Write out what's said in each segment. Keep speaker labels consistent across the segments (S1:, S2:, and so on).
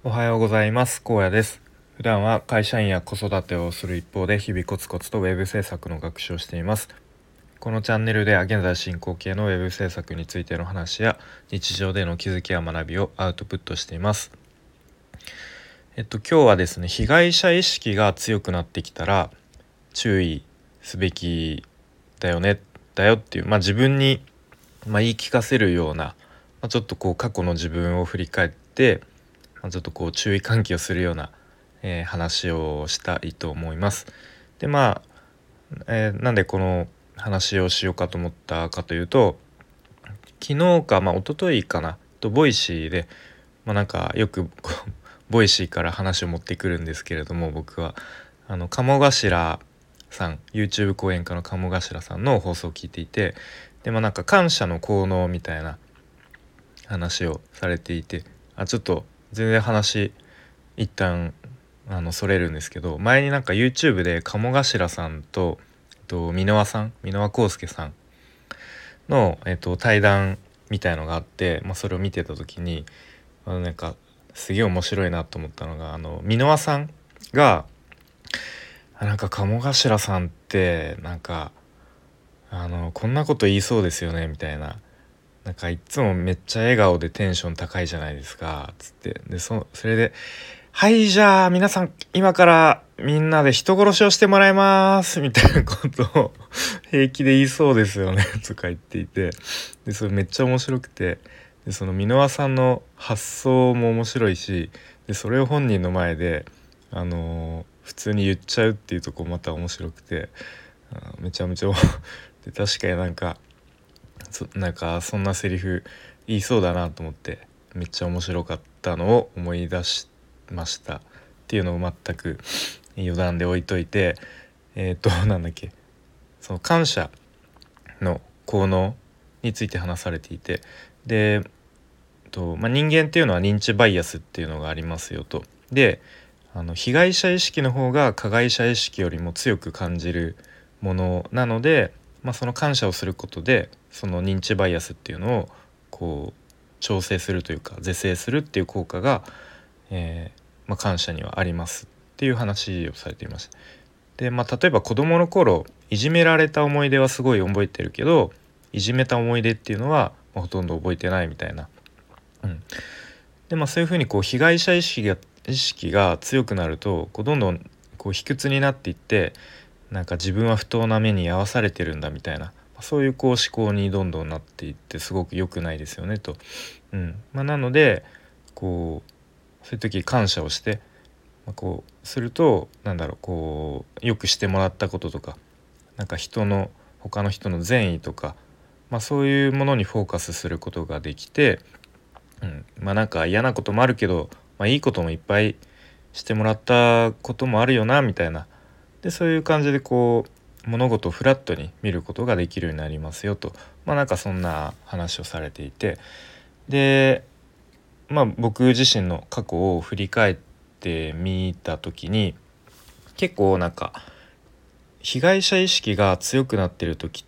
S1: おはようございます。荒野です。普段は会社員や子育てをする一方で日々コツコツとウェブ制作の学習をしています。このチャンネルでは現在進行形のウェブ制作についての話や日常での気づきや学びをアウトプットしています。今日はですね、被害者意識が強くなってきたら注意すべきだよねだよっていう、自分に、言い聞かせるような、ちょっと過去の自分を振り返って、ちょっと注意喚起をするような、話をしたいと思います。でなんでこの話をしようかと思ったかというと、昨日か一昨日かなとボイシーで、なんかよくボイシーから話を持ってくるんですけれども、僕は鴨頭さん YouTube 講演家の鴨頭さんの放送を聞いていて、でなんか感謝の効能みたいな話をされていて、ちょっと全然話一旦それるんですけど、前になんか YouTube で鴨頭さんと箕輪康介さんの、対談みたいのがあって、それを見てた時になんかすげえ面白いなと思ったのが、箕輪さんがなんか鴨頭さんってなんかこんなこと言いそうですよねみたいな、なんかいつもめっちゃ笑顔でテンション高いじゃないですかつって、でそれではいじゃあ皆さん今からみんなで人殺しをしてもらいますみたいなことを平気で言いそうですよねとか言っていて、でそれめっちゃ面白くて、でその箕輪さんの発想も面白いし、でそれを本人の前で普通に言っちゃうっていうところまた面白くて、めちゃめちゃで確かになんかそんなセリフ言いそうだなと思って、めっちゃ面白かったのを思い出しましたっていうのを全く余談で置いといて、なんだっけ、その感謝の効能について話されていて、で、人間っていうのは認知バイアスっていうのがありますよと。で被害者意識の方が加害者意識よりも強く感じるものなので、その感謝をすることでその認知バイアスっていうのを調整するというか是正するっていう効果が、感謝にはありますっていう話をされていました。で、例えば子どもの頃いじめられた思い出はすごい覚えてるけど、いじめた思い出っていうのは、ほとんど覚えてないみたいな。でそういうふうに被害者意識が強くなるとどんどん卑屈になっていって、なんか自分は不当な目に遭わされてるんだみたいな、そういう思考にどんどんなっていってすごく良くないですよねと。なのでそういう時感謝をして、するとよくしてもらったこととか、なんか他の人の善意とか、そういうものにフォーカスすることができて、なんか嫌なこともあるけど、いいこともいっぱいしてもらったこともあるよなみたいな、でそういう感じで物事をフラットに見ることができるようになりますよと、なんかそんな話をされていて、で僕自身の過去を振り返ってみた時に、結構なんか被害者意識が強くなってる時って、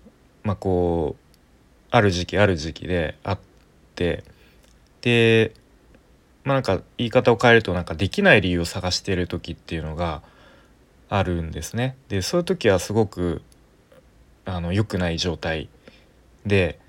S1: ある時期であって、でなんか言い方を変えると、なんかできない理由を探している時っていうのがあるんですね。でそういう時はすごく良くない状態で、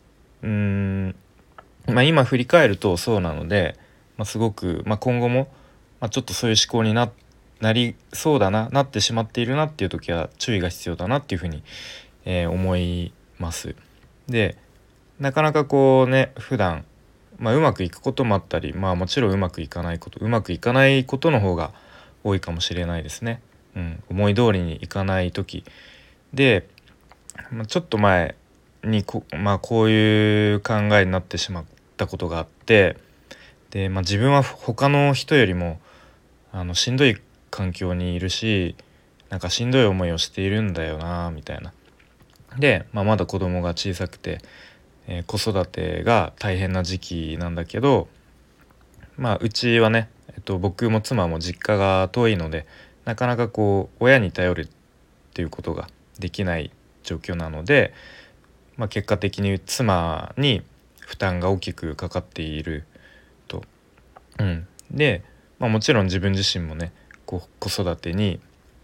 S1: 今振り返るとそうなので、すごく、今後も、ちょっとそういう思考になりそうだな、なってしまっているなっていう時は注意が必要だなっていうふうに、思います。でなかなか普段、うまくいくこともあったり、もちろんうまくいかないことの方が多いかもしれないですね。思い通りにいかない時で、ちょっと前にこういう考えになってしまったことがあって、で、自分は他の人よりもしんどい環境にいるし、なんかしんどい思いをしているんだよなみたいな。で、まだ子供が小さくて、子育てが大変な時期なんだけど、うちはね、僕も妻も実家が遠いので、なかなか親に頼るっていうことができない状況なので、結果的に妻に負担が大きくかかっていると。 で、もちろん自分自身もね子育てに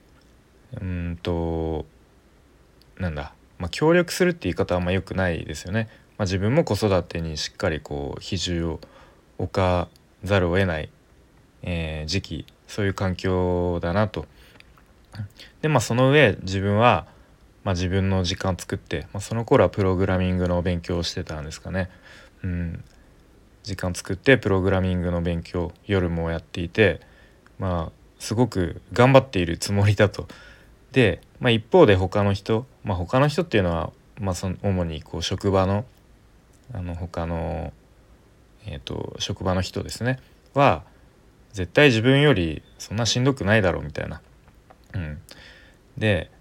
S1: なんだ、協力するって言い方はあんま良くないですよね。自分も子育てにしっかり比重を置かざるを得ない、時期、そういう環境だなと。でその上自分は、自分の時間作って、その頃はプログラミングの勉強をしてたんですかね。時間作ってプログラミングの勉強夜もやっていて、すごく頑張っているつもりだと。で、一方で他の人、他の人っていうのは、主に職場の他の、職場の人ですねは絶対自分よりそんなしんどくないだろうみたいな。で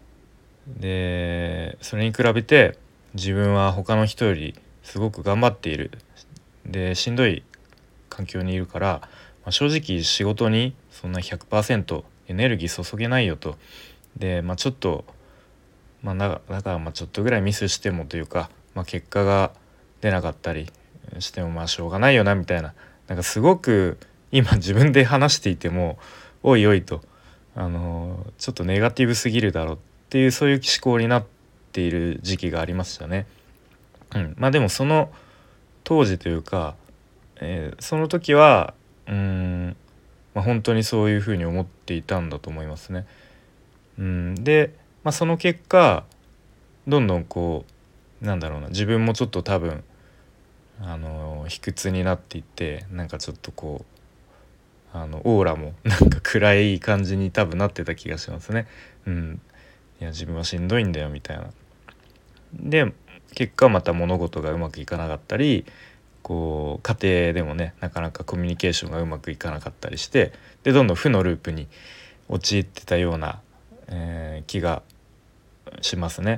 S1: それに比べて自分は他の人よりすごく頑張っている。でしんどい環境にいるから、正直仕事にそんな 100% エネルギー注げないよと。でちょっとだからちょっとぐらいミスしてもというか、結果が出なかったりしてもしょうがないよなみたいな、すごく今自分で話していてもおいおいと、ちょっとネガティブすぎるだろうっていう、そういう思考になっている時期がありましたね。でもその当時というか、その時は本当にそういうふうに思っていたんだと思いますね。で、その結果どんどん自分もちょっと多分卑屈になっていって、ちょっとオーラも暗い感じに多分なってた気がしますね。いや自分はしんどいんだよみたいな。で結果また物事がうまくいかなかったり、家庭でもねなかなかコミュニケーションがうまくいかなかったりして、でどんどん負のループに陥ってたような、気がしますね。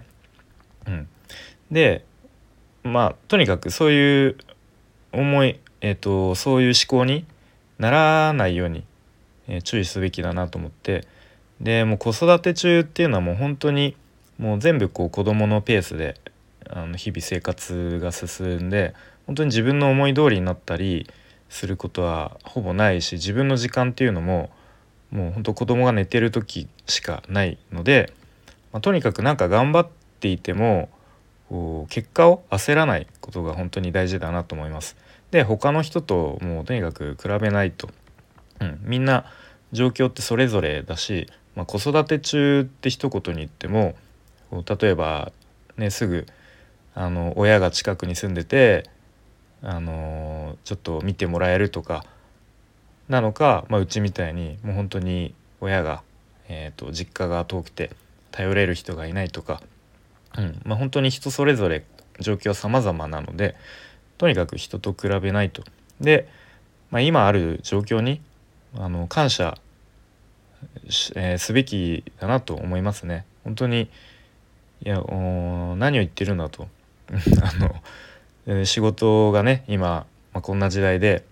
S1: でとにかくそういう思い、そういう思考にならないように、注意すべきだなと思って。でもう子育て中っていうのはもう本当にもう全部子供のペースで日々生活が進んで、本当に自分の思い通りになったりすることはほぼないし、自分の時間っていうのももう本当子供が寝てる時しかないので、とにかく頑張っていても結果を焦らないことが本当に大事だなと思います。で他の人ともうとにかく比べないと。みんな状況ってそれぞれだし、子育て中って一言に言っても例えばねすぐ親が近くに住んでてちょっと見てもらえるとかなのか、うちみたいにもう本当に親が、実家が遠くて頼れる人がいないとか、本当に人それぞれ状況は様々なので、とにかく人と比べないと。で、今ある状況に感謝すべきだなと思いますね。本当に何を言ってるんだと仕事がね今、こんな時代で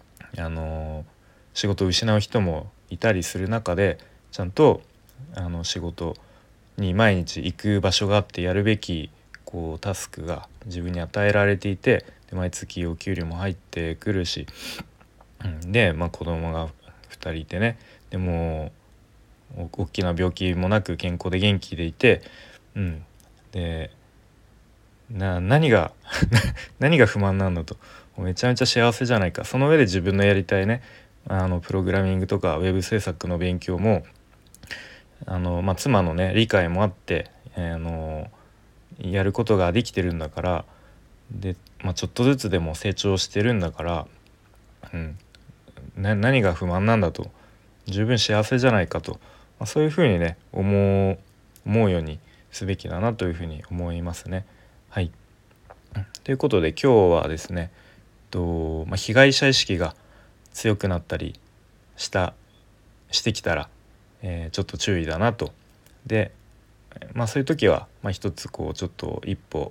S1: 仕事を失う人もいたりする中で、ちゃんと仕事に毎日行く場所があってやるべきタスクが自分に与えられていて、で毎月お給料も入ってくるし、で、子供が2人いてね、でも大きな病気もなく健康で元気でいて、で何が何が不満なんだと。めちゃめちゃ幸せじゃないか。その上で自分のやりたいねプログラミングとかウェブ制作の勉強も妻のね理解もあって、やることができてるんだから、で、ちょっとずつでも成長してるんだから、何が不満なんだと。十分幸せじゃないかと、そういうふうにね思うようにすべきだなというふうに思いますね。はい。ということで今日はですね、被害者意識が強くなったりしてきたら、ちょっと注意だなと。で、そういう時は、一つちょっと一歩、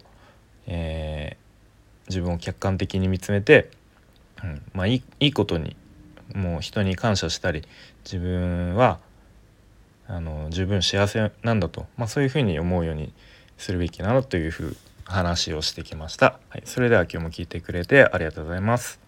S1: 自分を客観的に見つめて、いいことにもう人に感謝したり、自分は十分幸せなんだと、そういうふうに思うようにするべきなという話をしてきました。はい、それでは今日も聞いてくれてありがとうございます。